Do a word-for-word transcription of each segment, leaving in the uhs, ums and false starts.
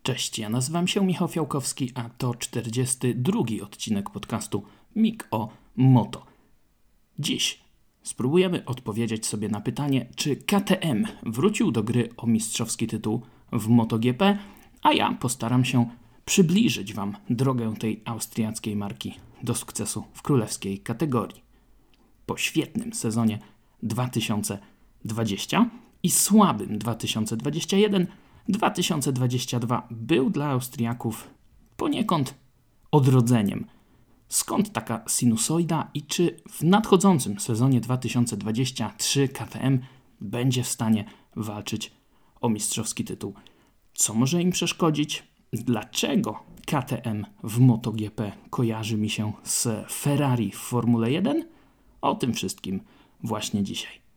Cześć, ja nazywam się Michał Fiałkowski, a to czterdziesty drugi odcinek podcastu Mik o Moto. Dziś spróbujemy odpowiedzieć sobie na pytanie, czy K T M wrócił do gry o mistrzowski tytuł w MotoGP, a ja postaram się przybliżyć Wam drogę tej austriackiej marki do sukcesu w królewskiej kategorii. Po świetnym sezonie dwa tysiące dwudziestym i słabym dwa tysiące dwudziestym jeden dwa tysiące dwudziesty drugi był dla Austriaków poniekąd odrodzeniem. Skąd taka sinusoida i czy w nadchodzącym sezonie dwa tysiące dwudziestym trzecim K T M będzie w stanie walczyć o mistrzowski tytuł? Co może im przeszkodzić? Dlaczego K T M w MotoGP kojarzy mi się z Ferrari w Formule jeden? O tym wszystkim właśnie dzisiaj.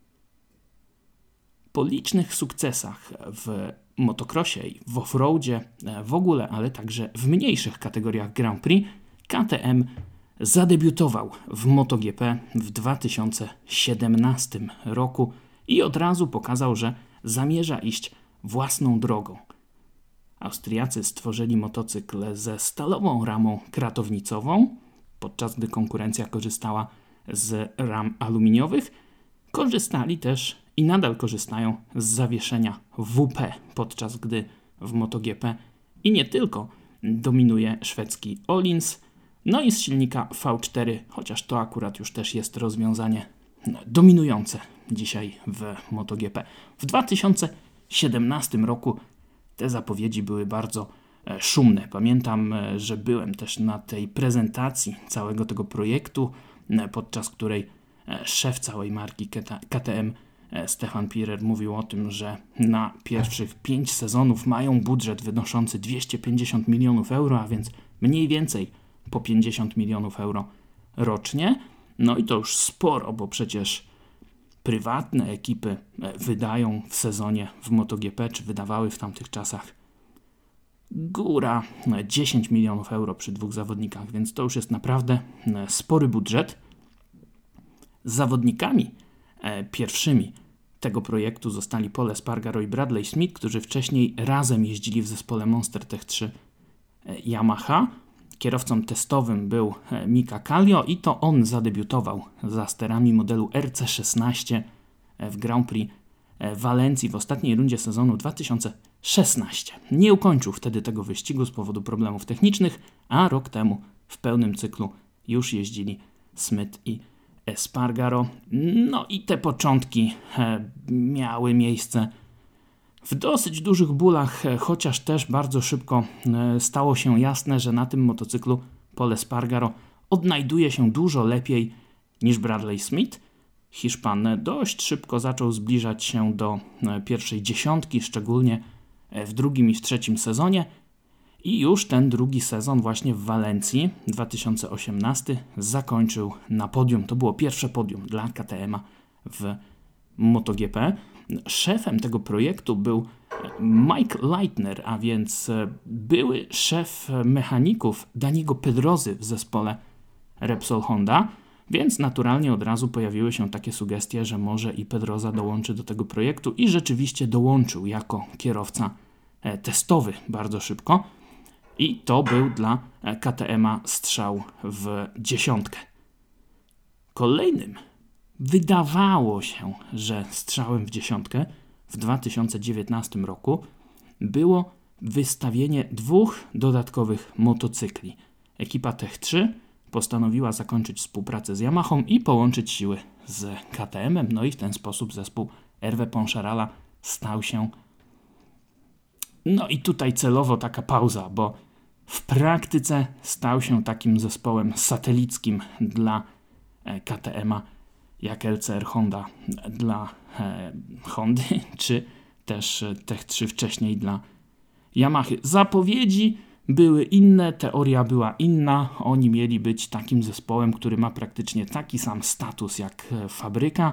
Po licznych sukcesach w motocrossie i w offroadzie w ogóle, ale także w mniejszych kategoriach Grand Prix, K T M zadebiutował w MotoGP w dwa tysiące siedemnastym roku i od razu pokazał, że zamierza iść własną drogą. Austriacy stworzyli motocykl ze stalową ramą kratownicową, podczas gdy konkurencja korzystała z ram aluminiowych. Korzystali też i nadal korzystają z zawieszenia W P, podczas gdy w MotoGP i nie tylko dominuje szwedzki Öhlins, no i z silnika V cztery, chociaż to akurat już też jest rozwiązanie dominujące dzisiaj w MotoGP. W dwa tysiące siedemnastym roku te zapowiedzi były bardzo szumne. Pamiętam, że byłem też na tej prezentacji całego tego projektu, podczas której szef całej marki K T M Stefan Pirer mówił o tym, że na pierwszych pięć sezonów mają budżet wynoszący dwieście pięćdziesiąt milionów euro, a więc mniej więcej po pięćdziesiąt milionów euro rocznie. No i to już sporo, bo przecież prywatne ekipy wydają w sezonie w MotoGP, czy wydawały w tamtych czasach góra dziesięć milionów euro przy dwóch zawodnikach, więc to już jest naprawdę spory budżet. Zawodnikami pierwszymi tego projektu zostali Pol Espargaro i Bradley Smith, którzy wcześniej razem jeździli w zespole Monster Tech trzy Yamaha. Kierowcą testowym był Mika Kallio i to on zadebiutował za sterami modelu R C szesnaście w Grand Prix Walencji w ostatniej rundzie sezonu dwa tysiące szesnastego. Nie ukończył wtedy tego wyścigu z powodu problemów technicznych, a rok temu w pełnym cyklu już jeździli Smith i Espargaro. No i te początki e, miały miejsce w dosyć dużych bólach, e, chociaż też bardzo szybko e, stało się jasne, że na tym motocyklu Pol Espargaro odnajduje się dużo lepiej niż Bradley Smith. Hiszpan dość szybko zaczął zbliżać się do e, pierwszej dziesiątki, szczególnie e, w drugim i w trzecim sezonie. I już ten drugi sezon właśnie w Walencji dwa tysiące osiemnasty zakończył na podium. To było pierwsze podium dla K T M w MotoGP. Szefem tego projektu był Mike Leitner, a więc były szef mechaników Daniego Pedrosy w zespole Repsol Honda, więc naturalnie od razu pojawiły się takie sugestie, że może i Pedrosa dołączy do tego projektu i rzeczywiście dołączył jako kierowca testowy bardzo szybko. I to był dla K T M strzał w dziesiątkę. Kolejnym wydawało się, że strzałem w dziesiątkę w dwa tysiące dziewiętnastym roku było wystawienie dwóch dodatkowych motocykli. Ekipa Tech trzy postanowiła zakończyć współpracę z Yamahą i połączyć siły z K T M-em, no i w ten sposób zespół Hervé Poncharala stał się. No i tutaj celowo taka pauza, bo w praktyce stał się takim zespołem satelickim dla K T M-a, jak L C R Honda dla e, Hondy, czy też Tech trzy wcześniej dla Yamahy. Zapowiedzi były inne, teoria była inna. Oni mieli być takim zespołem, który ma praktycznie taki sam status jak fabryka.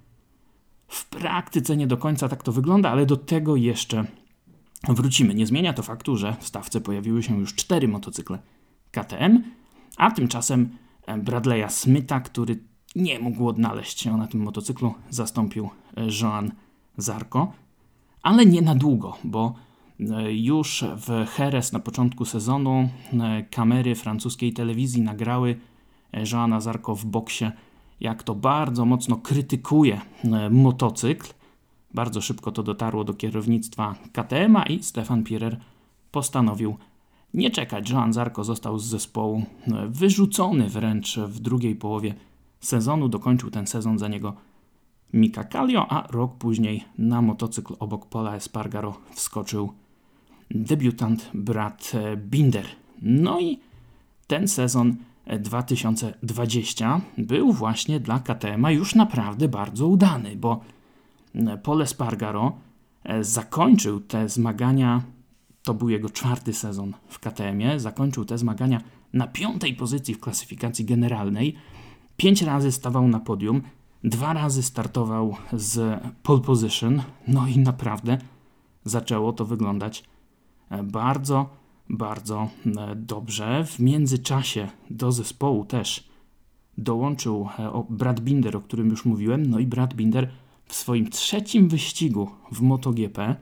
W praktyce nie do końca tak to wygląda, ale do tego jeszcze wrócimy. Nie zmienia to faktu, że w stawce pojawiły się już cztery motocykle K T M, a tymczasem Bradley'a Smitha, który nie mógł odnaleźć się na tym motocyklu, zastąpił Joan Zarco, ale nie na długo, bo Już w Jerez na początku sezonu kamery francuskiej telewizji nagrały Joana Zarco w boksie, jak to bardzo mocno krytykuje motocykl. Bardzo szybko to dotarło do kierownictwa K T M a i Stefan Pierer postanowił nie czekać. Joan Zarco został z zespołu wyrzucony wręcz w drugiej połowie sezonu. Dokończył ten sezon za niego Mika Kallio, a rok później na motocykl obok Paula Espargaro wskoczył debiutant Brad Binder. No i ten sezon dwa tysiące dwudziesty był właśnie dla K T M a już naprawdę bardzo udany, bo Paul Espargaro zakończył te zmagania, to był jego czwarty sezon w K T M ie, zakończył te zmagania na piątej pozycji w klasyfikacji generalnej, pięć razy stawał na podium, dwa razy startował z pole position, no i naprawdę zaczęło to wyglądać bardzo, bardzo dobrze. W międzyczasie do zespołu też dołączył Brad Binder, o którym już mówiłem, no i Brad Binder w swoim trzecim wyścigu w MotoGP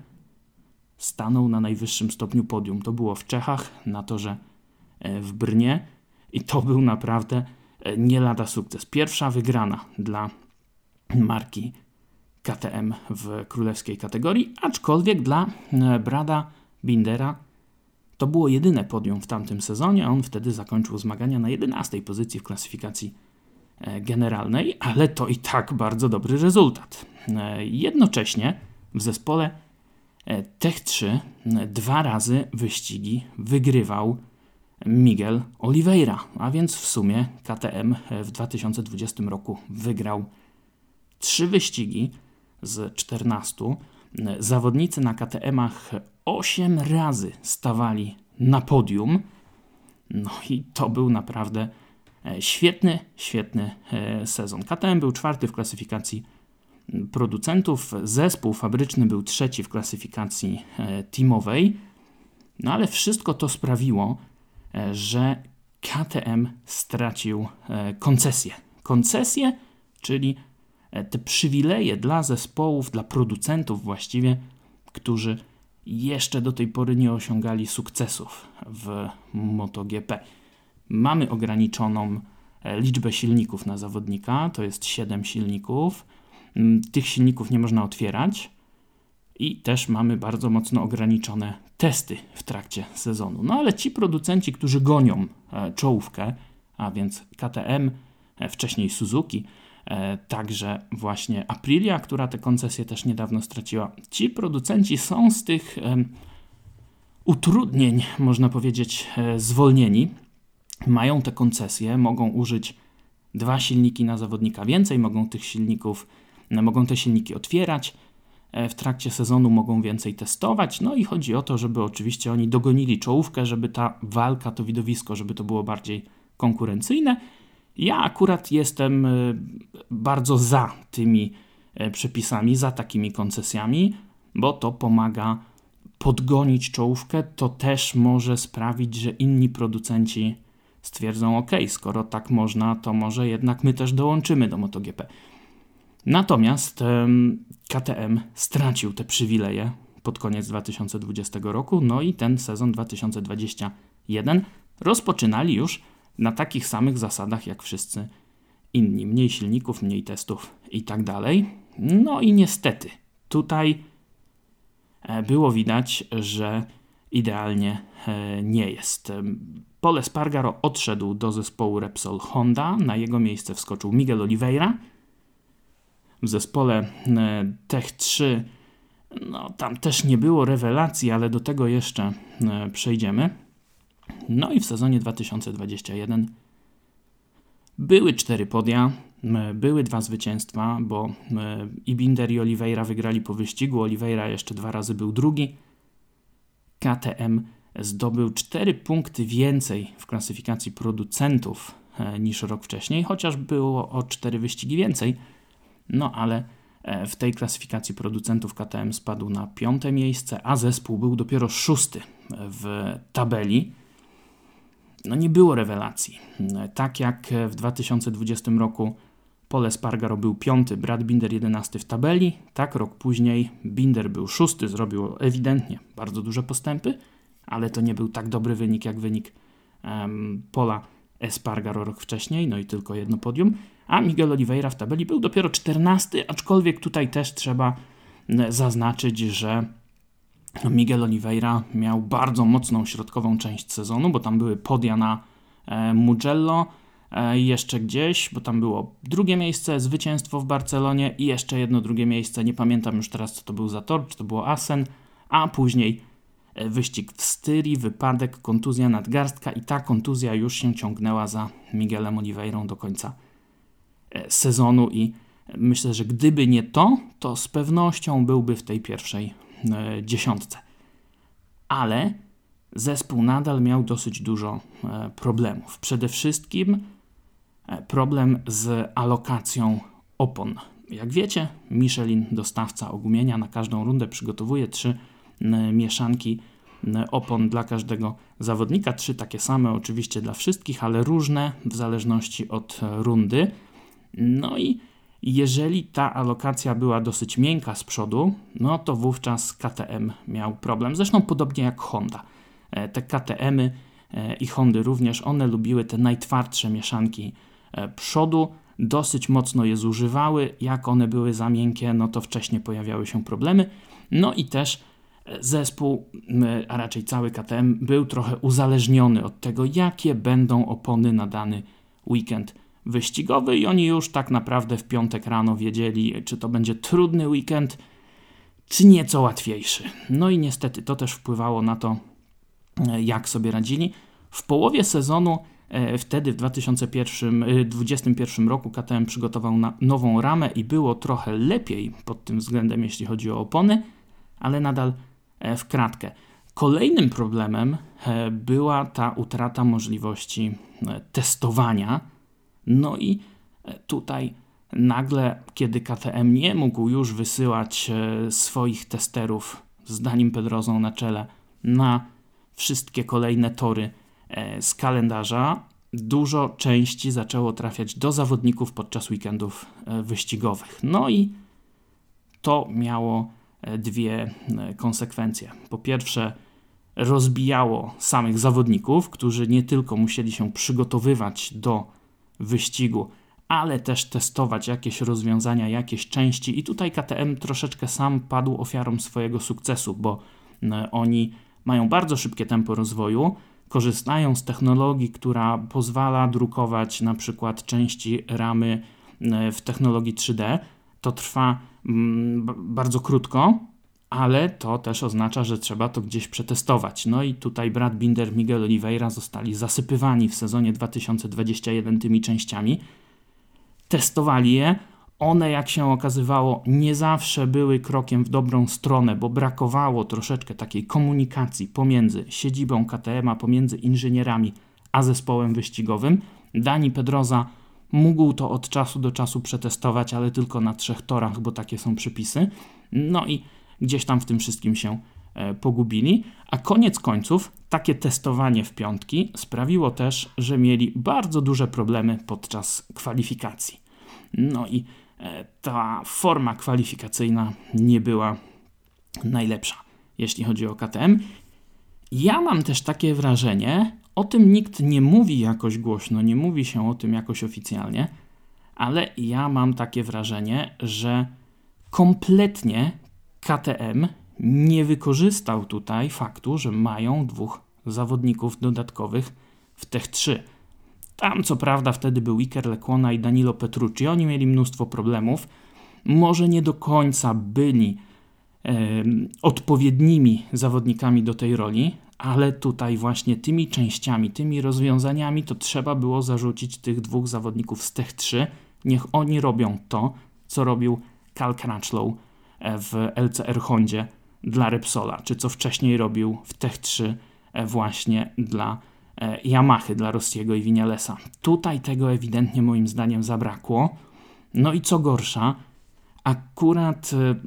stanął na najwyższym stopniu podium. To było w Czechach, na torze w Brnie i to był naprawdę nie lada sukces. Pierwsza wygrana dla marki K T M w królewskiej kategorii, aczkolwiek dla Brada Bindera to było jedyne podium w tamtym sezonie, a on wtedy zakończył zmagania na jedenastej pozycji w klasyfikacji generalnej, ale to i tak bardzo dobry rezultat. Jednocześnie w zespole Tech trzy dwa razy wyścigi wygrywał Miguel Oliveira, a więc w sumie K T M w dwa tysiące dwudziestym roku wygrał trzy wyścigi z czternastu. Zawodnicy na K T M ach osiem razy stawali na podium. No i to był naprawdę świetny, świetny sezon. K T M był czwarty w klasyfikacji producentów, zespół fabryczny był trzeci w klasyfikacji teamowej, no ale wszystko to sprawiło, że K T M stracił koncesję. Koncesję, czyli te przywileje dla zespołów, dla producentów właściwie, którzy jeszcze do tej pory nie osiągali sukcesów w MotoGP. Mamy ograniczoną liczbę silników na zawodnika, to jest siedem silników. Tych silników nie można otwierać i też mamy bardzo mocno ograniczone testy w trakcie sezonu. No ale ci producenci, którzy gonią czołówkę, a więc K T M, wcześniej Suzuki, także właśnie Aprilia, która te koncesje też niedawno straciła, ci producenci są z tych utrudnień, można powiedzieć, zwolnieni. Mają te koncesje, mogą użyć dwa silniki na zawodnika więcej, mogą tych silników, mogą te silniki otwierać, w trakcie sezonu mogą więcej testować, no i chodzi o to, żeby oczywiście oni dogonili czołówkę, żeby ta walka, to widowisko, żeby to było bardziej konkurencyjne. Ja akurat jestem bardzo za tymi przepisami, za takimi koncesjami, bo to pomaga podgonić czołówkę, to też może sprawić, że inni producenci stwierdzą, ok, skoro tak można, to może jednak my też dołączymy do MotoGP. Natomiast K T M stracił te przywileje pod koniec dwa tysiące dwudziestego roku, no i ten sezon dwa tysiące dwudziesty jeden rozpoczynali już na takich samych zasadach jak wszyscy inni. Mniej silników, mniej testów i tak dalej. No i niestety tutaj było widać, że idealnie nie jest. Paul Espargaro odszedł do zespołu Repsol Honda, na jego miejsce wskoczył Miguel Oliveira. W zespole Tech trzy no tam też nie było rewelacji, ale do tego jeszcze przejdziemy. No i w sezonie dwa tysiące dwudziestym pierwszym były cztery podia, były dwa zwycięstwa, bo i Binder i Oliveira wygrali po wyścigu, Oliveira jeszcze dwa razy był drugi. K T M zdobył cztery punkty więcej w klasyfikacji producentów niż rok wcześniej, chociaż było o cztery wyścigi więcej, no ale w tej klasyfikacji producentów K T M spadł na piąte miejsce, a zespół był dopiero szósty w tabeli. No nie było rewelacji. Tak jak w dwa tysiące dwudziestym roku Paul Espargaro był piąty, Brad Binder jedenasty w tabeli. Tak, rok później Binder był szósty, zrobił ewidentnie bardzo duże postępy, ale to nie był tak dobry wynik jak wynik um, Paula Espargaro rok wcześniej, no i tylko jedno podium. A Miguel Oliveira w tabeli był dopiero czternasty, aczkolwiek tutaj też trzeba zaznaczyć, że Miguel Oliveira miał bardzo mocną środkową część sezonu, bo tam były podia na e, Mugello, e, jeszcze gdzieś, bo tam było drugie miejsce, zwycięstwo w Barcelonie i jeszcze jedno drugie miejsce, nie pamiętam już teraz, co to był za tor, czy to było Assen, a później e, wyścig w Styrii, wypadek, kontuzja nadgarstka i ta kontuzja już się ciągnęła za Miguelem Oliveirą do końca e, sezonu i myślę, że gdyby nie to, to z pewnością byłby w tej pierwszej e, dziesiątce. Ale zespół nadal miał dosyć dużo e, problemów. Przede wszystkim e, problem z alokacją opon. Jak wiecie, Michelin, dostawca ogumienia, na każdą rundę przygotowuje trzy e, mieszanki e, opon dla każdego zawodnika. Trzy takie same oczywiście dla wszystkich, ale różne w zależności od e, rundy. No i jeżeli ta alokacja była dosyć miękka z przodu, no to wówczas K T M miał problem. Zresztą podobnie jak Honda. Te K T M-y i Hondy również, one lubiły te najtwardsze mieszanki przodu, dosyć mocno je zużywały. Jak one były za miękkie, no to wcześniej pojawiały się problemy. No i też zespół, a raczej cały K T M był trochę uzależniony od tego, jakie będą opony na dany weekend wyścigowy i oni już tak naprawdę w piątek rano wiedzieli, czy to będzie trudny weekend, czy nieco łatwiejszy. No i niestety to też wpływało na to, jak sobie radzili. W połowie sezonu, e, wtedy w dwa tysiące dwudziestym pierwszym roku K T M przygotował na nową ramę i było trochę lepiej pod tym względem, jeśli chodzi o opony, ale nadal e, w kratkę. Kolejnym problemem e, była ta utrata możliwości e, testowania. No i tutaj nagle, kiedy K T M nie mógł już wysyłać e, swoich testerów z Danim Pedrosą na czele na wszystkie kolejne tory e, z kalendarza, dużo części zaczęło trafiać do zawodników podczas weekendów e, wyścigowych. No i to miało e, dwie e, konsekwencje. Po pierwsze, rozbijało samych zawodników, którzy nie tylko musieli się przygotowywać do wyścigu, ale też testować jakieś rozwiązania, jakieś części i tutaj K T M troszeczkę sam padł ofiarą swojego sukcesu, bo oni mają bardzo szybkie tempo rozwoju, korzystają z technologii, która pozwala drukować na przykład części ramy w technologii trzy D. To trwa mm, bardzo krótko, ale to też oznacza, że trzeba to gdzieś przetestować. No i tutaj Brad Binder, Miguel Oliveira zostali zasypywani w sezonie dwa tysiące dwudziestym pierwszym tymi częściami. Testowali je. One, jak się okazywało, nie zawsze były krokiem w dobrą stronę, bo brakowało troszeczkę takiej komunikacji pomiędzy siedzibą K T M-a, pomiędzy inżynierami, a zespołem wyścigowym. Dani Pedrosa mógł to od czasu do czasu przetestować, ale tylko na trzech torach, bo takie są przepisy. No i gdzieś tam w tym wszystkim się e, pogubili, a koniec końców takie testowanie w piątki sprawiło też, że mieli bardzo duże problemy podczas kwalifikacji. No i e, ta forma kwalifikacyjna nie była najlepsza, jeśli chodzi o K T M. Ja mam też takie wrażenie, o tym nikt nie mówi jakoś głośno, nie mówi się o tym jakoś oficjalnie, ale ja mam takie wrażenie, że kompletnie K T M nie wykorzystał tutaj faktu, że mają dwóch zawodników dodatkowych w Tech trzy. Tam co prawda wtedy był Iker Lecuona i Danilo Petrucci. Oni mieli mnóstwo problemów. Może nie do końca byli e, odpowiednimi zawodnikami do tej roli, ale tutaj właśnie tymi częściami, tymi rozwiązaniami to trzeba było zarzucić tych dwóch zawodników z Tech trzy. Niech oni robią to, co robił Cal Crutchlow w L C R Hondzie dla Repsola, czy co wcześniej robił w Tech trzy właśnie dla Yamahy, dla Rossiego i Vinalesa. Tutaj tego ewidentnie moim zdaniem zabrakło. No i co gorsza, akurat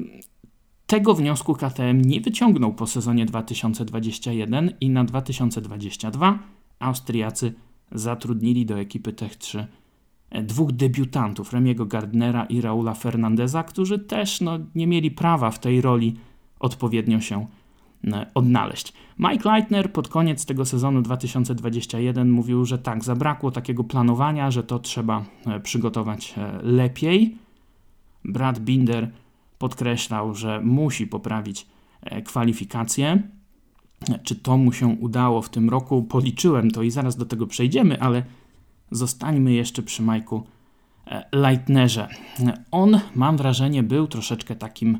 tego wniosku K T M nie wyciągnął po sezonie dwa tysiące dwudziestym pierwszym i na dwa tysiące dwudziesty drugi Austriacy zatrudnili do ekipy Tech trzy dwóch debiutantów, Remiego Gardnera i Raula Fernandeza, którzy też no, nie mieli prawa w tej roli odpowiednio się odnaleźć. Mike Leitner pod koniec tego sezonu dwa tysiące dwudziestego pierwszego mówił, że tak, zabrakło takiego planowania, że to trzeba przygotować lepiej. Brad Binder podkreślał, że musi poprawić kwalifikacje. Czy to mu się udało w tym roku? Policzyłem to i zaraz do tego przejdziemy, ale zostańmy jeszcze przy Mike'u Leitnerze. On, mam wrażenie, był troszeczkę takim,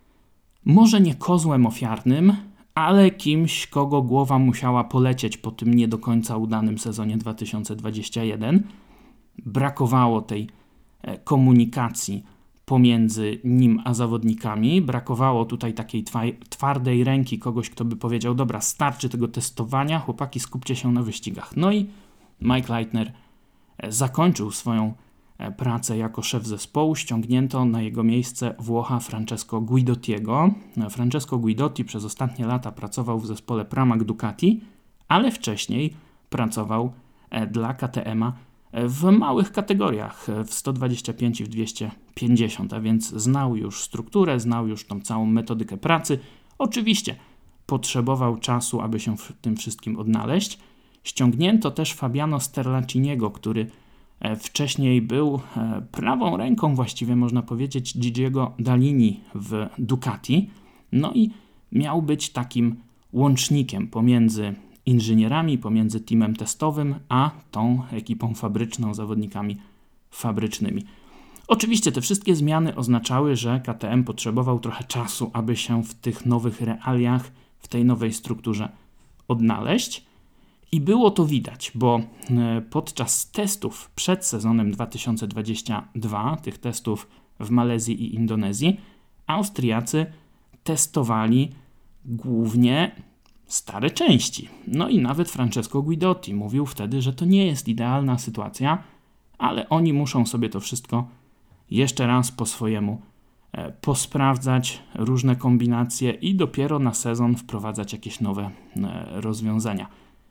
może nie kozłem ofiarnym, ale kimś, kogo głowa musiała polecieć po tym nie do końca udanym sezonie dwa tysiące dwudziestym pierwszym. Brakowało tej komunikacji pomiędzy nim a zawodnikami. Brakowało tutaj takiej twardej ręki, kogoś, kto by powiedział, dobra, starczy tego testowania, chłopaki, skupcie się na wyścigach. No i Mike Leitner zakończył swoją pracę jako szef zespołu. Ściągnięto na jego miejsce Włocha Francesco Guidottiego. Francesco Guidotti przez ostatnie lata pracował w zespole Pramac Ducati, ale wcześniej pracował dla K T M-a w małych kategoriach, w sto dwadzieścia pięć i w dwieście pięćdziesiąt, a więc znał już strukturę, znał już tą całą metodykę pracy. Oczywiście potrzebował czasu, aby się w tym wszystkim odnaleźć. Ściągnięto też Fabiano Sterlaciniego, który wcześniej był prawą ręką, właściwie można powiedzieć, Gigiego Dall'Igny w Ducati. No i miał być takim łącznikiem pomiędzy inżynierami, pomiędzy teamem testowym, a tą ekipą fabryczną, zawodnikami fabrycznymi. Oczywiście te wszystkie zmiany oznaczały, że K T M potrzebował trochę czasu, aby się w tych nowych realiach, w tej nowej strukturze odnaleźć. I było to widać, bo podczas testów przed sezonem dwa tysiące dwudziestym drugim, tych testów w Malezji i Indonezji, Austriacy testowali głównie stare części. No i nawet Francesco Guidotti mówił wtedy, że to nie jest idealna sytuacja, ale oni muszą sobie to wszystko jeszcze raz po swojemu posprawdzać, różne kombinacje i dopiero na sezon wprowadzać jakieś nowe rozwiązania.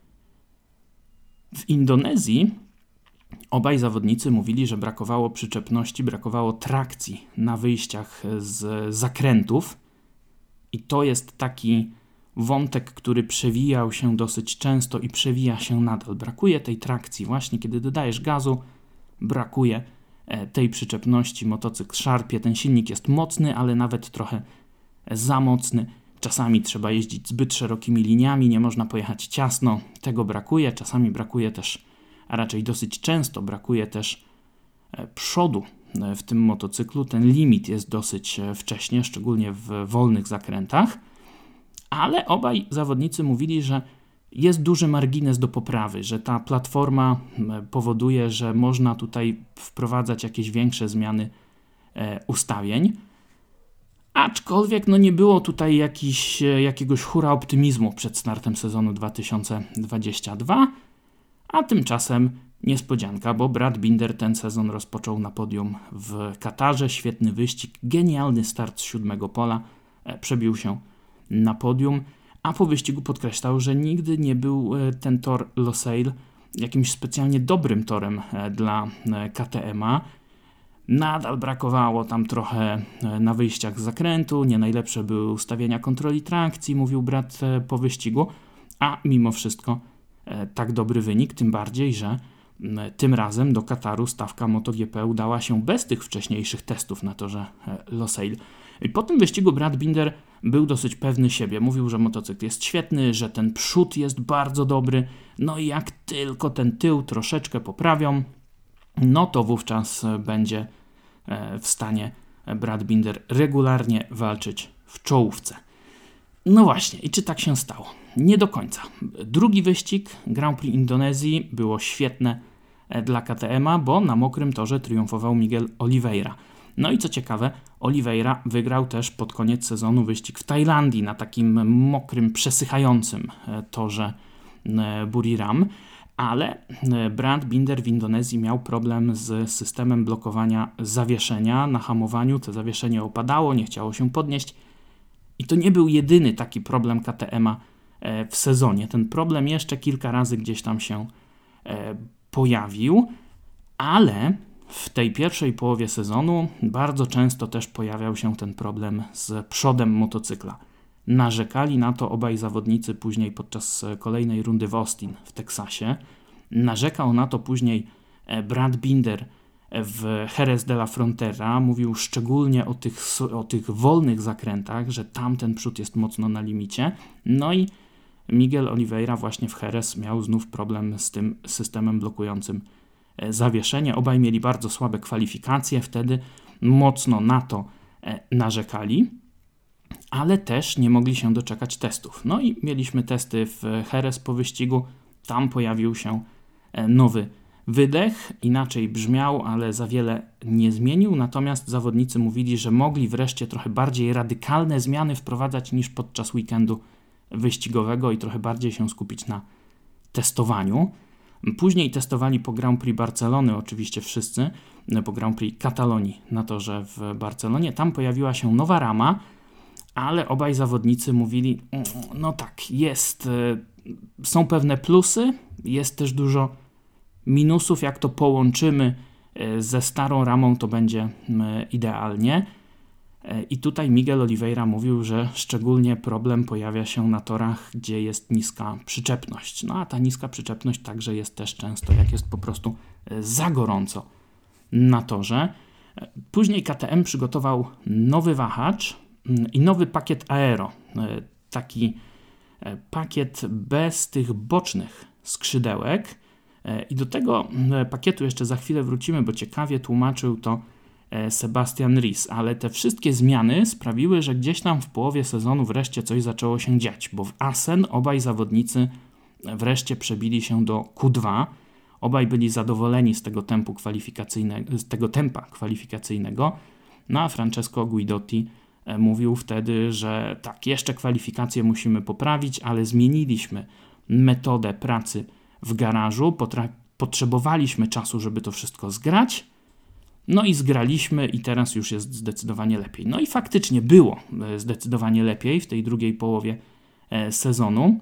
W Indonezji obaj zawodnicy mówili, że brakowało przyczepności, brakowało trakcji na wyjściach z zakrętów i to jest taki wątek, który przewijał się dosyć często i przewija się nadal. Brakuje tej trakcji. Właśnie kiedy dodajesz gazu, brakuje tej przyczepności. Motocykl szarpie, ten silnik jest mocny, ale nawet trochę za mocny. Czasami trzeba jeździć zbyt szerokimi liniami, nie można pojechać ciasno. Tego brakuje. Czasami brakuje też, a raczej dosyć często brakuje też przodu w tym motocyklu. Ten limit jest dosyć wcześnie, szczególnie w wolnych zakrętach. Ale obaj zawodnicy mówili, że jest duży margines do poprawy, że ta platforma powoduje, że można tutaj wprowadzać jakieś większe zmiany ustawień. Aczkolwiek no nie było tutaj jakiś, jakiegoś hura optymizmu przed startem sezonu dwa tysiące dwudziestego drugiego, a tymczasem niespodzianka, bo Brad Binder ten sezon rozpoczął na podium w Katarze. Świetny wyścig, genialny start z siódmego pola, przebił się na podium, a po wyścigu podkreślał, że nigdy nie był ten tor Losail jakimś specjalnie dobrym torem dla K T M-a. Nadal brakowało tam trochę na wyjściach z zakrętu, nie najlepsze były ustawienia kontroli trakcji, mówił Brad po wyścigu, a mimo wszystko tak dobry wynik, tym bardziej, że tym razem do Kataru stawka MotoGP udała się bez tych wcześniejszych testów na torze Losail. I po tym wyścigu Brad Binder był dosyć pewny siebie. Mówił, że motocykl jest świetny, że ten przód jest bardzo dobry, no i jak tylko ten tył troszeczkę poprawią, no to wówczas będzie w stanie Brad Binder regularnie walczyć w czołówce. No właśnie, i czy tak się stało? Nie do końca. Drugi wyścig Grand Prix Indonezji było świetne dla K T M-a, bo na mokrym torze triumfował Miguel Oliveira. No i co ciekawe, Oliveira wygrał też pod koniec sezonu wyścig w Tajlandii na takim mokrym, przesychającym torze Buriram, ale Brad Binder w Indonezji miał problem z systemem blokowania zawieszenia na hamowaniu. To zawieszenie opadało, nie chciało się podnieść i to nie był jedyny taki problem K T M-a w sezonie. Ten problem jeszcze kilka razy gdzieś tam się pojawił, ale w tej pierwszej połowie sezonu bardzo często też pojawiał się ten problem z przodem motocykla. Narzekali na to obaj zawodnicy później podczas kolejnej rundy w Austin w Teksasie. Narzekał na to później Brad Binder w Jerez de la Frontera. Mówił szczególnie o tych, o tych wolnych zakrętach, że tamten przód jest mocno na limicie. No i Miguel Oliveira właśnie w Jerez miał znów problem z tym systemem blokującym zawieszenie. Obaj mieli bardzo słabe kwalifikacje, wtedy mocno na to narzekali, ale też nie mogli się doczekać testów. No i mieliśmy testy w Jerez po wyścigu, tam pojawił się nowy wydech, inaczej brzmiał, ale za wiele nie zmienił, natomiast zawodnicy mówili, że mogli wreszcie trochę bardziej radykalne zmiany wprowadzać niż podczas weekendu wyścigowego i trochę bardziej się skupić na testowaniu. Później testowali po Grand Prix Barcelony, oczywiście wszyscy, po Grand Prix Katalonii na torze w Barcelonie. Tam pojawiła się nowa rama, ale obaj zawodnicy mówili, no tak, jest, są pewne plusy, jest też dużo minusów, jak to połączymy ze starą ramą, to będzie idealnie. I tutaj Miguel Oliveira mówił, że szczególnie problem pojawia się na torach, gdzie jest niska przyczepność. No a ta niska przyczepność także jest też często, jak jest po prostu za gorąco na torze. Później K T M przygotował nowy wahacz i nowy pakiet aero. Taki pakiet bez tych bocznych skrzydełek. I do tego pakietu jeszcze za chwilę wrócimy, bo ciekawie tłumaczył to Sebastian Ries, ale te wszystkie zmiany sprawiły, że gdzieś tam w połowie sezonu wreszcie coś zaczęło się dziać, bo w Assen obaj zawodnicy wreszcie przebili się do Q dwa. Obaj byli zadowoleni z tego tempu kwalifikacyjnego, z tego tempa kwalifikacyjnego. No a Francesco Guidotti mówił wtedy, że tak, jeszcze kwalifikacje musimy poprawić, ale zmieniliśmy metodę pracy w garażu, potra- potrzebowaliśmy czasu, żeby to wszystko zgrać. No i zgraliśmy i teraz już jest zdecydowanie lepiej. No i faktycznie było zdecydowanie lepiej w tej drugiej połowie sezonu,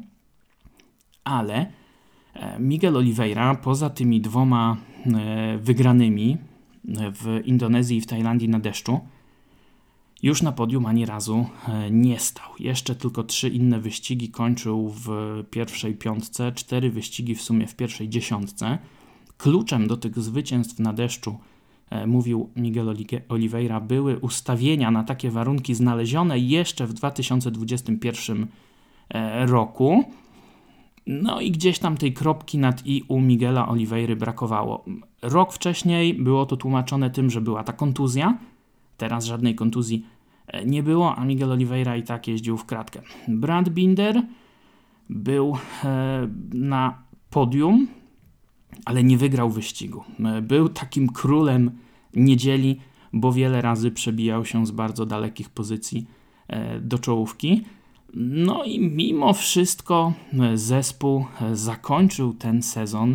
ale Miguel Oliveira poza tymi dwoma wygranymi w Indonezji i w Tajlandii na deszczu już na podium ani razu nie stał. Jeszcze tylko trzy inne wyścigi kończył w pierwszej piątce, cztery wyścigi w sumie w pierwszej dziesiątce. Kluczem do tych zwycięstw na deszczu, mówił Miguel Oliveira, były ustawienia na takie warunki znalezione jeszcze w dwa tysiące dwudziestym pierwszym roku. No i gdzieś tam tej kropki nad i u Miguela Oliveiry brakowało. Rok wcześniej było to tłumaczone tym, że była ta kontuzja. Teraz żadnej kontuzji nie było, a Miguel Oliveira i tak jeździł w kratkę. Brad Binder był na podium, ale nie wygrał wyścigu. Był takim królem niedzieli, bo wiele razy przebijał się z bardzo dalekich pozycji do czołówki. No i mimo wszystko zespół zakończył ten sezon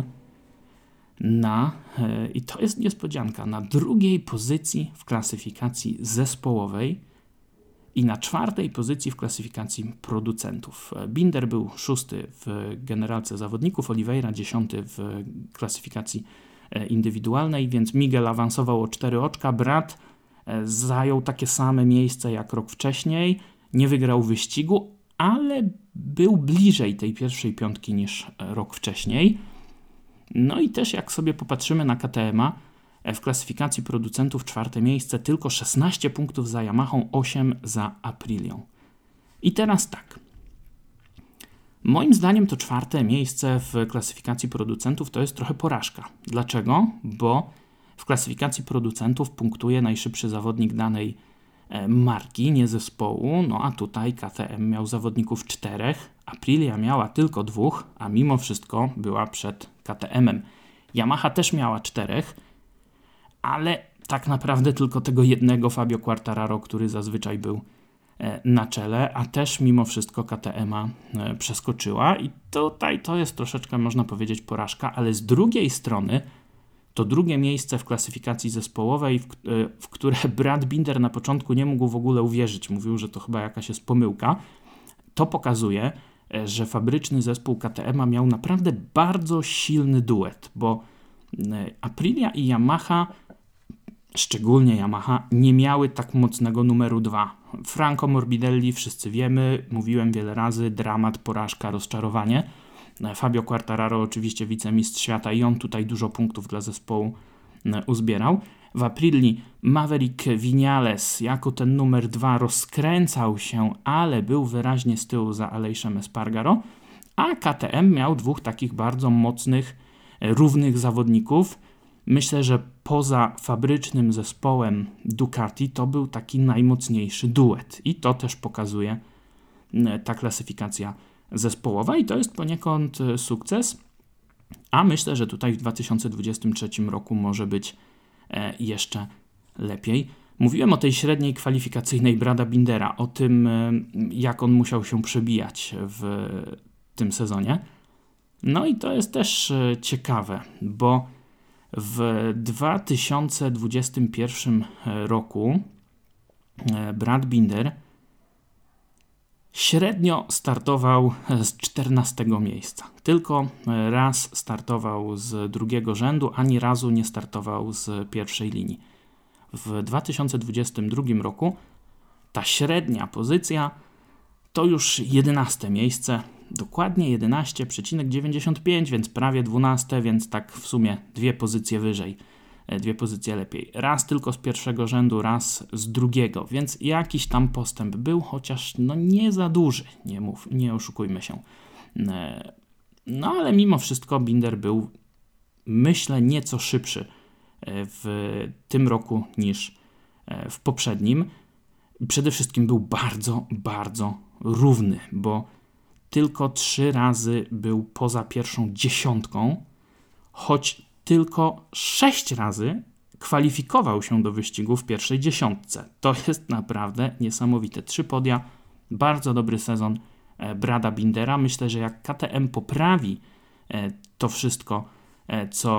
na, i to jest niespodzianka, na drugiej pozycji w klasyfikacji zespołowej i na czwartej pozycji w klasyfikacji producentów. Binder był szósty w generalce zawodników, Oliveira dziesiąty w klasyfikacji indywidualnej, więc Miguel awansował o cztery oczka, Brad zajął takie same miejsce jak rok wcześniej, nie wygrał wyścigu, ale był bliżej tej pierwszej piątki niż rok wcześniej. No i też jak sobie popatrzymy na K T M a, w klasyfikacji producentów czwarte miejsce, tylko szesnaście punktów za Yamahą, osiem za Aprilią. I teraz tak. Moim zdaniem to czwarte miejsce w klasyfikacji producentów to jest trochę porażka. Dlaczego? Bo w klasyfikacji producentów punktuje najszybszy zawodnik danej marki, nie zespołu, no a tutaj K T M miał zawodników czterech, Aprilia miała tylko dwóch, a mimo wszystko była przed K T M-em. Yamaha też miała czterech, ale tak naprawdę tylko tego jednego Fabio Quartararo, który zazwyczaj był na czele, a też mimo wszystko K T M a przeskoczyła i tutaj to jest troszeczkę, można powiedzieć, porażka, ale z drugiej strony to drugie miejsce w klasyfikacji zespołowej, w, w które Brad Binder na początku nie mógł w ogóle uwierzyć. Mówił, że to chyba jakaś jest pomyłka. To pokazuje, że fabryczny zespół K T M a miał naprawdę bardzo silny duet, bo Aprilia i Yamaha szczególnie Yamaha, nie miały tak mocnego numeru dwa. Franco Morbidelli, wszyscy wiemy, mówiłem wiele razy, dramat, porażka, rozczarowanie. Fabio Quartararo oczywiście wicemistrz świata i on tutaj dużo punktów dla zespołu uzbierał. W Aprilia Maverick Viñales jako ten numer dwa rozkręcał się, ale był wyraźnie z tyłu za Aleixem Espargaro, a K T M miał dwóch takich bardzo mocnych, równych zawodników. Myślę, że poza fabrycznym zespołem Ducati to był taki najmocniejszy duet i to też pokazuje ta klasyfikacja zespołowa i to jest poniekąd sukces, a myślę, że tutaj w dwa tysiące dwudziestym trzecim roku może być jeszcze lepiej. Mówiłem o tej średniej kwalifikacyjnej Brada Bindera, o tym, jak on musiał się przebijać w tym sezonie. No i to jest też ciekawe, bo w dwa tysiące dwudziestym pierwszym roku Brad Binder średnio startował z czternastego miejsca. Tylko raz startował z drugiego rzędu, ani razu nie startował z pierwszej linii. W dwa tysiące dwudziestym drugim roku ta średnia pozycja to już jedenaste miejsce, dokładnie jedenaście przecinek dziewięćdziesiąt pięć, więc prawie dwunaste, więc tak w sumie dwie pozycje wyżej, dwie pozycje lepiej. Raz tylko z pierwszego rzędu, raz z drugiego, więc jakiś tam postęp był, chociaż no nie za duży, nie mów, nie oszukujmy się. No ale mimo wszystko Binder był, myślę, nieco szybszy w tym roku niż w poprzednim. Przede wszystkim był bardzo, bardzo równy, bo tylko trzy razy był poza pierwszą dziesiątką, choć tylko sześć razy kwalifikował się do wyścigu w pierwszej dziesiątce. To jest naprawdę niesamowite. Trzy podia, bardzo dobry sezon Brada Bindera. Myślę, że jak K T M poprawi to wszystko, co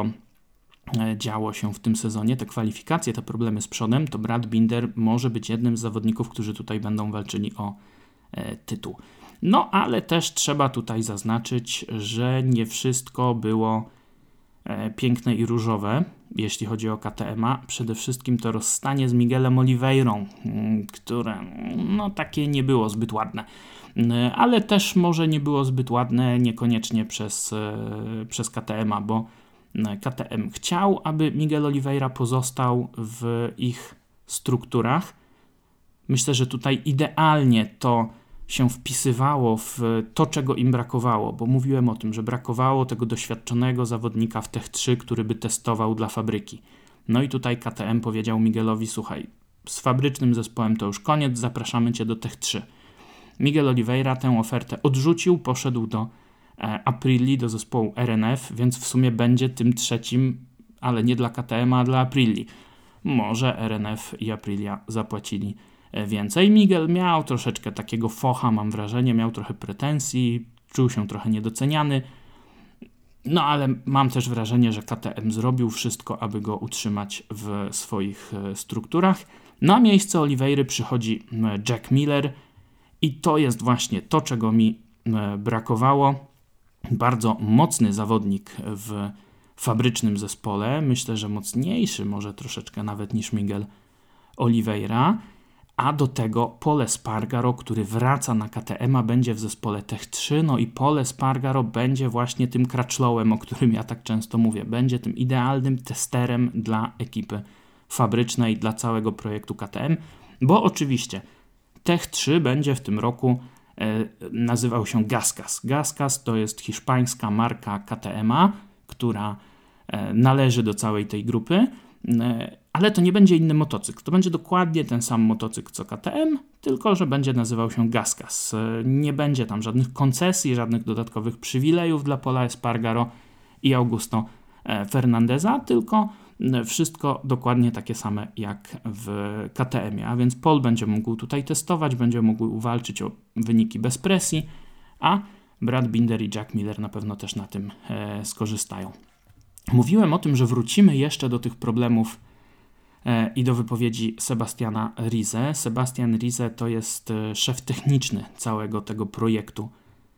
działo się w tym sezonie, te kwalifikacje, te problemy z przodem, to Brad Binder może być jednym z zawodników, którzy tutaj będą walczyli o tytuł. No, ale też trzeba tutaj zaznaczyć, że nie wszystko było piękne i różowe, jeśli chodzi o K T M-a. Przede wszystkim to rozstanie z Miguelem Oliveirą, które no takie nie było zbyt ładne. Ale też może nie było zbyt ładne niekoniecznie przez, przez K T M-a, bo K T M chciał, aby Miguel Oliveira pozostał w ich strukturach. Myślę, że tutaj idealnie to się wpisywało w to, czego im brakowało, bo mówiłem o tym, że brakowało tego doświadczonego zawodnika w Tech trzy, który by testował dla fabryki. No i tutaj K T M powiedział Miguelowi: słuchaj, z fabrycznym zespołem to już koniec, zapraszamy cię do Tech trzy. Miguel Oliveira tę ofertę odrzucił, poszedł do e, Aprilii, do zespołu R N F, więc w sumie będzie tym trzecim, ale nie dla K T M, a dla Aprilii. Może R N F i Aprilia zapłacili więcej. Miguel miał troszeczkę takiego focha, mam wrażenie, miał trochę pretensji, czuł się trochę niedoceniany, no ale mam też wrażenie, że K T M zrobił wszystko, aby go utrzymać w swoich strukturach. Na miejsce Oliveiry przychodzi Jack Miller i to jest właśnie to, czego mi brakowało. Bardzo mocny zawodnik w fabrycznym zespole, myślę, że mocniejszy może troszeczkę nawet niż Miguel Oliveira. A do tego Pol Espargaro, który wraca na K T M-a, będzie w zespole Tech trzy, no i Pol Espargaro będzie właśnie tym Crutchlowem, o którym ja tak często mówię. Będzie tym idealnym testerem dla ekipy fabrycznej, dla całego projektu K T M, bo oczywiście Tech trzy będzie w tym roku e, nazywał się Gasgas. Gasgas to jest hiszpańska marka K T M-a, która e, należy do całej tej grupy, e, ale to nie będzie inny motocykl. To będzie dokładnie ten sam motocykl co K T M, tylko że będzie nazywał się Gasgas. Nie będzie tam żadnych koncesji, żadnych dodatkowych przywilejów dla Pola Espargaro i Augusto Fernandeza, tylko wszystko dokładnie takie same jak w K T M-ie. A więc Pol będzie mógł tutaj testować, będzie mógł walczyć o wyniki bez presji, a Brad Binder i Jack Miller na pewno też na tym e, skorzystają. Mówiłem o tym, że wrócimy jeszcze do tych problemów i do wypowiedzi Sebastiana Rize. Sebastian Rize to jest szef techniczny całego tego projektu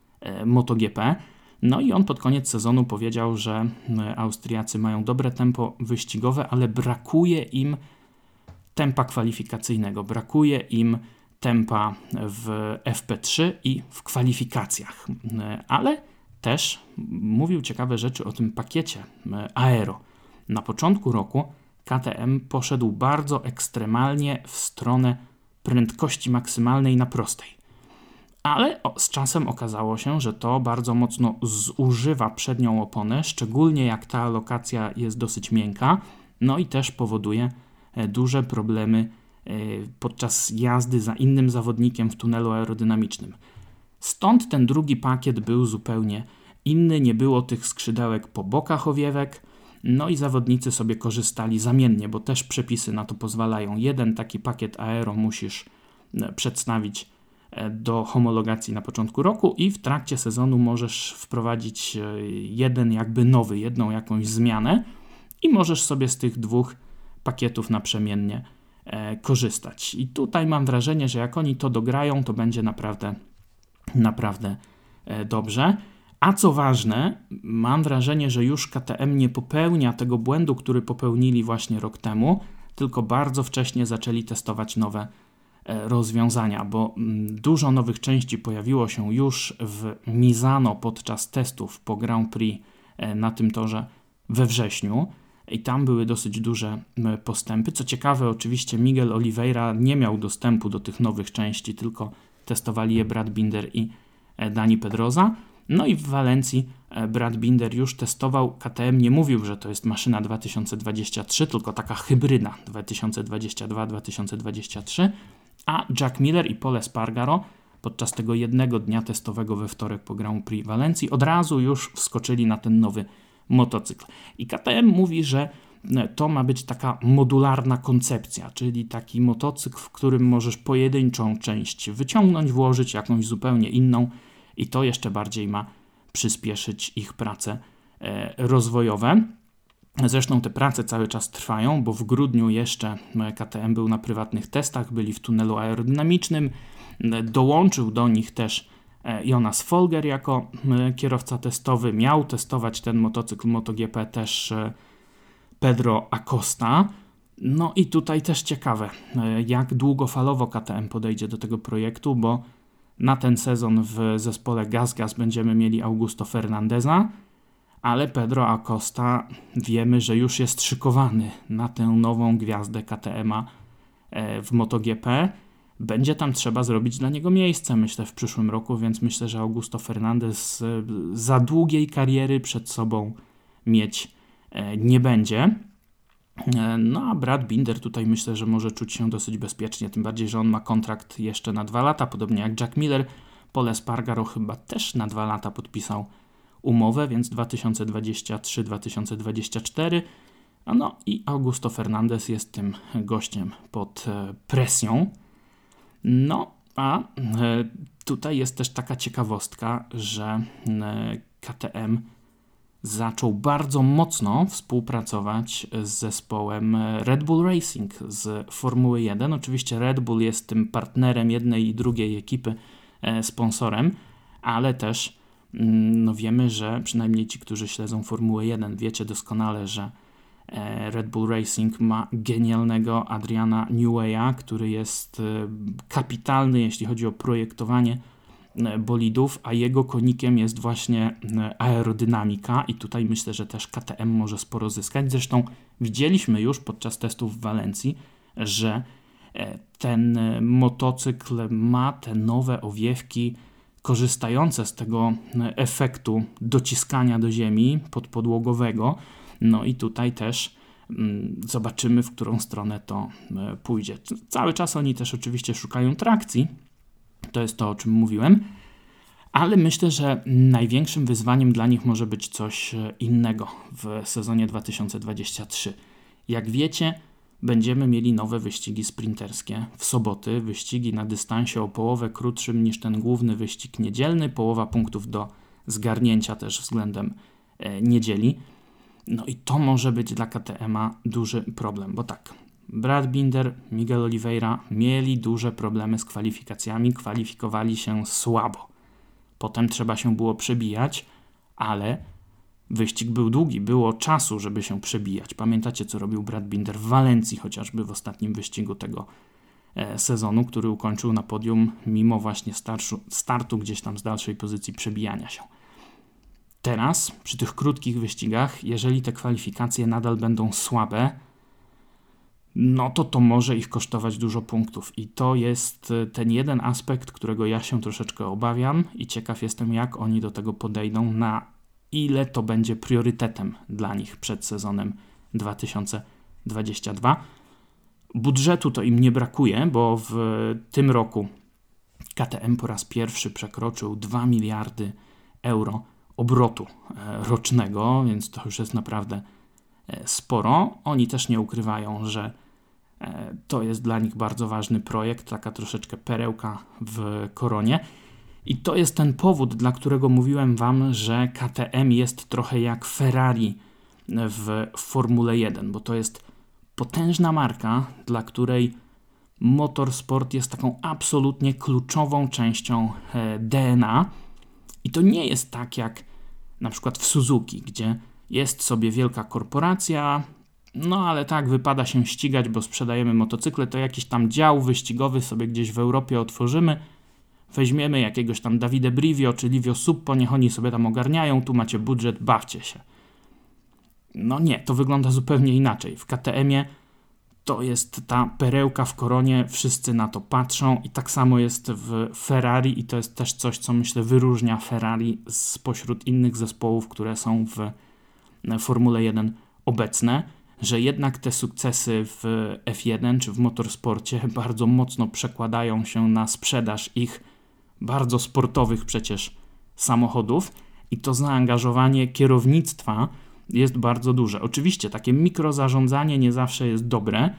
MotoGP. No i on pod koniec sezonu powiedział, że Austriacy mają dobre tempo wyścigowe, ale brakuje im tempa kwalifikacyjnego. Brakuje im tempa w F P trzy i w kwalifikacjach. Ale też mówił ciekawe rzeczy o tym pakiecie aero. Na początku roku K T M poszedł bardzo ekstremalnie w stronę prędkości maksymalnej na prostej. Ale z czasem okazało się, że to bardzo mocno zużywa przednią oponę, szczególnie jak ta alokacja jest dosyć miękka, no i też powoduje duże problemy podczas jazdy za innym zawodnikiem w tunelu aerodynamicznym. Stąd ten drugi pakiet był zupełnie inny, nie było tych skrzydełek po bokach owiewek, no i zawodnicy sobie korzystali zamiennie, bo też przepisy na to pozwalają. Jeden taki pakiet aero musisz przedstawić do homologacji na początku roku i w trakcie sezonu możesz wprowadzić jeden jakby nowy, jedną jakąś zmianę i możesz sobie z tych dwóch pakietów naprzemiennie e, korzystać. I tutaj mam wrażenie, że jak oni to dograją, to będzie naprawdę, naprawdę e, dobrze. A co ważne, mam wrażenie, że już K T M nie popełnia tego błędu, który popełnili właśnie rok temu, tylko bardzo wcześnie zaczęli testować nowe rozwiązania, bo dużo nowych części pojawiło się już w Misano podczas testów po Grand Prix na tym torze we wrześniu i tam były dosyć duże postępy. Co ciekawe, oczywiście Miguel Oliveira nie miał dostępu do tych nowych części, tylko testowali je Brad Binder i Dani Pedrosa. No i w Walencji Brad Binder już testował. K T M nie mówił, że to jest maszyna dwa tysiące dwadzieścia trzy, tylko taka hybryda dwa tysiące dwadzieścia dwa dwa tysiące dwadzieścia trzy, a Jack Miller i Pol Espargaro podczas tego jednego dnia testowego we wtorek po Grand Prix Walencji od razu już wskoczyli na ten nowy motocykl. I K T M mówi, że to ma być taka modularna koncepcja, czyli taki motocykl, w którym możesz pojedynczą część wyciągnąć, włożyć jakąś zupełnie inną i to jeszcze bardziej ma przyspieszyć ich prace e, rozwojowe. Zresztą te prace cały czas trwają, bo w grudniu jeszcze K T M był na prywatnych testach, byli w tunelu aerodynamicznym, dołączył do nich też Jonas Folger jako kierowca testowy, miał testować ten motocykl MotoGP też Pedro Acosta. No i tutaj też ciekawe, jak długofalowo K T M podejdzie do tego projektu, bo na ten sezon w zespole GasGas będziemy mieli Augusto Fernandeza, ale Pedro Acosta wiemy, że już jest szykowany na tę nową gwiazdę K T M-a w MotoGP. Będzie tam trzeba zrobić dla niego miejsce, myślę, w przyszłym roku, więc myślę, że Augusto Fernandez za długiej kariery przed sobą mieć nie będzie. No a Brad Binder tutaj myślę, że może czuć się dosyć bezpiecznie, tym bardziej, że on ma kontrakt jeszcze na dwa lata, podobnie jak Jack Miller. Pol Espargaro chyba też na dwa lata podpisał umowę, więc dwa tysiące dwudziesty trzeci do dwa tysiące dwudziestego czwartego. No i Augusto Fernandez jest tym gościem pod presją. No a tutaj jest też taka ciekawostka, że K T M zaczął bardzo mocno współpracować z zespołem Red Bull Racing z Formuły jeden. Oczywiście Red Bull jest tym partnerem jednej i drugiej ekipy, sponsorem, ale też no wiemy, że przynajmniej ci, którzy śledzą Formułę jeden, wiecie doskonale, że Red Bull Racing ma genialnego Adriana Neweya, który jest kapitalny, jeśli chodzi o projektowanie bolidów, a jego konikiem jest właśnie aerodynamika i tutaj myślę, że też K T M może sporo zyskać. Zresztą widzieliśmy już podczas testów w Walencji, że ten motocykl ma te nowe owiewki korzystające z tego efektu dociskania do ziemi podpodłogowego. No i tutaj też mm, zobaczymy, w którą stronę to e, pójdzie. Cały czas oni też oczywiście szukają trakcji, to jest to, o czym mówiłem, ale myślę, że największym wyzwaniem dla nich może być coś innego w sezonie dwa tysiące dwudziestym trzecim. Jak wiecie, będziemy mieli nowe wyścigi sprinterskie w soboty, wyścigi na dystansie o połowę krótszym niż ten główny wyścig niedzielny, połowa punktów do zgarnięcia też względem e, niedzieli. No i to może być dla K T M-a duży problem, bo tak, Brad Binder, Miguel Oliveira mieli duże problemy z kwalifikacjami, kwalifikowali się słabo. Potem trzeba się było przebijać, ale wyścig był długi, było czasu, żeby się przebijać. Pamiętacie, co robił Brad Binder w Walencji, chociażby w ostatnim wyścigu tego sezonu, który ukończył na podium mimo właśnie startu, startu gdzieś tam z dalszej pozycji przebijania się. Teraz, przy tych krótkich wyścigach, jeżeli te kwalifikacje nadal będą słabe, no to to może ich kosztować dużo punktów. I to jest ten jeden aspekt, którego ja się troszeczkę obawiam i ciekaw jestem, jak oni do tego podejdą, na ile to będzie priorytetem dla nich przed sezonem dwa tysiące dwudziestym drugim. Budżetu to im nie brakuje, bo w tym roku K T M po raz pierwszy przekroczył dwa miliardy euro obrotu rocznego, więc to już jest naprawdę sporo. Oni też nie ukrywają, że to jest dla nich bardzo ważny projekt, taka troszeczkę perełka w koronie. I to jest ten powód, dla którego mówiłem wam, że K T M jest trochę jak Ferrari w Formule jeden, bo to jest potężna marka, dla której motorsport jest taką absolutnie kluczową częścią D N A. I to nie jest tak jak na przykład w Suzuki, gdzie jest sobie wielka korporacja, no ale tak, wypada się ścigać, bo sprzedajemy motocykle, to jakiś tam dział wyścigowy sobie gdzieś w Europie otworzymy, weźmiemy jakiegoś tam Davide Brivio czy Livio Suppo, niech oni sobie tam ogarniają, tu macie budżet, bawcie się. No nie, to wygląda zupełnie inaczej. W K T M-ie to jest ta perełka w koronie, wszyscy na to patrzą i tak samo jest w Ferrari i to jest też coś, co myślę wyróżnia Ferrari spośród innych zespołów, które są w Formule jeden obecne, że jednak te sukcesy w F jeden czy w motorsporcie bardzo mocno przekładają się na sprzedaż ich bardzo sportowych przecież samochodów i to zaangażowanie kierownictwa jest bardzo duże. Oczywiście takie mikrozarządzanie nie zawsze jest dobre,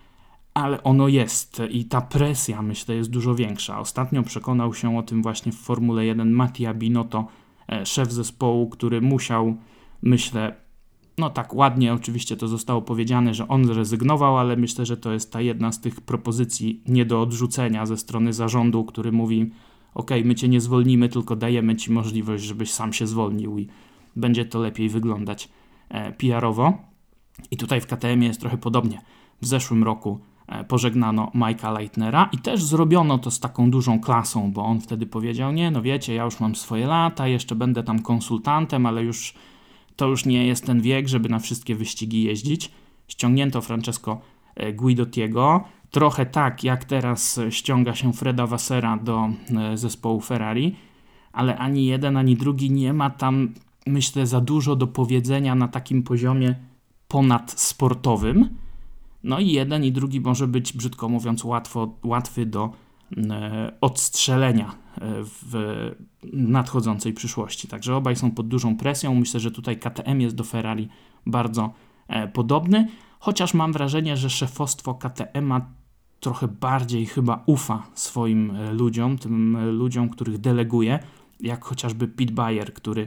ale ono jest i ta presja, myślę, jest dużo większa. Ostatnio przekonał się o tym właśnie w Formule jeden Mattia Binotto, szef zespołu, który musiał, myślę, no tak ładnie oczywiście to zostało powiedziane, że on zrezygnował, ale myślę, że to jest ta jedna z tych propozycji nie do odrzucenia ze strony zarządu, który mówi: ok, my cię nie zwolnimy, tylko dajemy ci możliwość, żebyś sam się zwolnił i będzie to lepiej wyglądać P R-owo. I tutaj w K T M jest trochę podobnie. W zeszłym roku pożegnano Mike'a Leitnera i też zrobiono to z taką dużą klasą, bo on wtedy powiedział: nie, no wiecie, ja już mam swoje lata, jeszcze będę tam konsultantem, ale już to już nie jest ten wiek, żeby na wszystkie wyścigi jeździć. Ściągnięto Francesco Guidottiego, trochę tak jak teraz ściąga się Freda Vassera do zespołu Ferrari, ale ani jeden, ani drugi nie ma tam, myślę, za dużo do powiedzenia na takim poziomie ponadsportowym. No i jeden i drugi może być, brzydko mówiąc, łatwo, łatwy do e, odstrzelenia e, w nadchodzącej przyszłości. Także obaj są pod dużą presją. Myślę, że tutaj K T M jest do Ferrari bardzo e, podobny, chociaż mam wrażenie, że szefostwo K T M-a trochę bardziej chyba ufa swoim e, ludziom, tym e, ludziom, których deleguje, jak chociażby Pete Bayer, który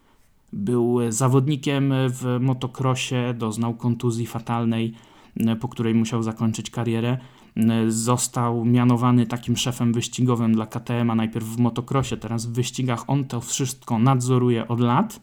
był zawodnikiem w motocrossie, doznał kontuzji fatalnej, po której musiał zakończyć karierę. Został mianowany takim szefem wyścigowym dla K T M-a, najpierw w motocrossie, teraz w wyścigach. On to wszystko nadzoruje od lat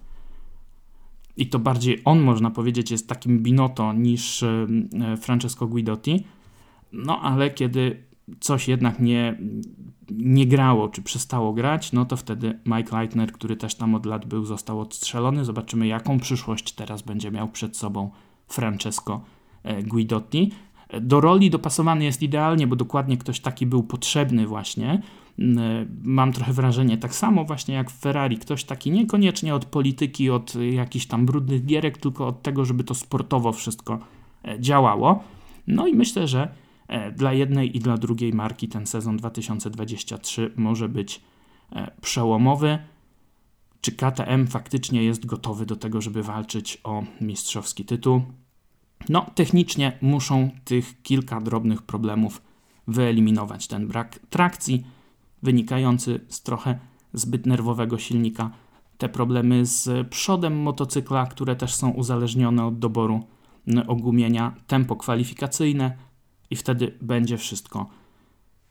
i to bardziej on, można powiedzieć, jest takim Binotto niż Francesco Guidotti. No ale kiedy coś jednak nie, nie grało, czy przestało grać, no to wtedy Mike Leitner, który też tam od lat był, został odstrzelony. Zobaczymy, jaką przyszłość teraz będzie miał przed sobą Francesco Guidotti. Do roli dopasowany jest idealnie, bo dokładnie ktoś taki był potrzebny właśnie. Mam trochę wrażenie, tak samo właśnie jak w Ferrari, ktoś taki niekoniecznie od polityki, od jakichś tam brudnych gierek, tylko od tego, żeby to sportowo wszystko działało. No i myślę, że dla jednej i dla drugiej marki ten sezon dwa tysiące dwudziesty trzeci może być przełomowy. Czy K T M faktycznie jest gotowy do tego, żeby walczyć o mistrzowski tytuł? No, technicznie muszą tych kilka drobnych problemów wyeliminować. Ten brak trakcji wynikający z trochę zbyt nerwowego silnika, te problemy z przodem motocykla, które też są uzależnione od doboru ogumienia, tempo kwalifikacyjne i wtedy będzie wszystko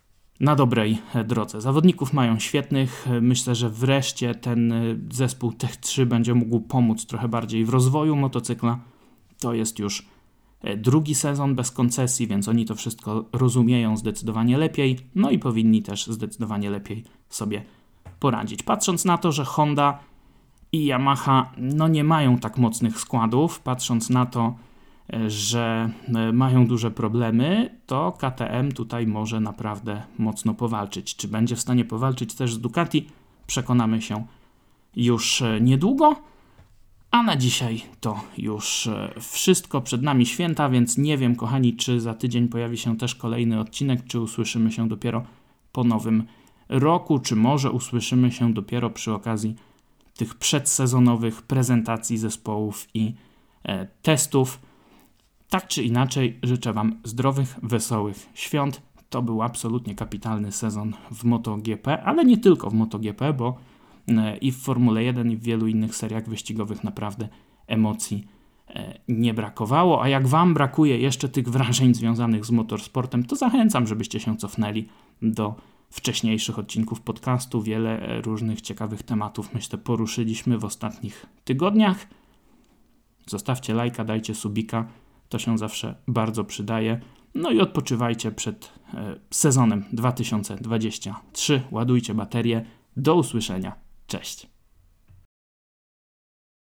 na dobrej drodze. Zawodników mają świetnych. Myślę, że wreszcie ten zespół Tech trzy będzie mógł pomóc trochę bardziej w rozwoju motocykla. To jest już drugi sezon bez koncesji, więc oni to wszystko rozumieją zdecydowanie lepiej, no i powinni też zdecydowanie lepiej sobie poradzić. Patrząc na to, że Honda i Yamaha no nie mają tak mocnych składów, patrząc na to, że mają duże problemy, to K T M tutaj może naprawdę mocno powalczyć. Czy będzie w stanie powalczyć też z Ducati? Przekonamy się już niedługo. A na dzisiaj to już wszystko. Przed nami święta, więc nie wiem, kochani, czy za tydzień pojawi się też kolejny odcinek, czy usłyszymy się dopiero po nowym roku, czy może usłyszymy się dopiero przy okazji tych przedsezonowych prezentacji zespołów i e, testów. Tak czy inaczej, życzę Wam zdrowych, wesołych świąt. To był absolutnie kapitalny sezon w MotoGP, ale nie tylko w MotoGP, bo i w Formule jeden i w wielu innych seriach wyścigowych naprawdę emocji nie brakowało. A jak Wam brakuje jeszcze tych wrażeń związanych z motorsportem, to zachęcam, żebyście się cofnęli do wcześniejszych odcinków podcastu. Wiele różnych ciekawych tematów, myślę, poruszyliśmy w ostatnich tygodniach. Zostawcie lajka, dajcie subika, to się zawsze bardzo przydaje. No i odpoczywajcie przed e, sezonem dwa tysiące dwudziestym trzecim. Ładujcie baterie. Do usłyszenia. Cześć.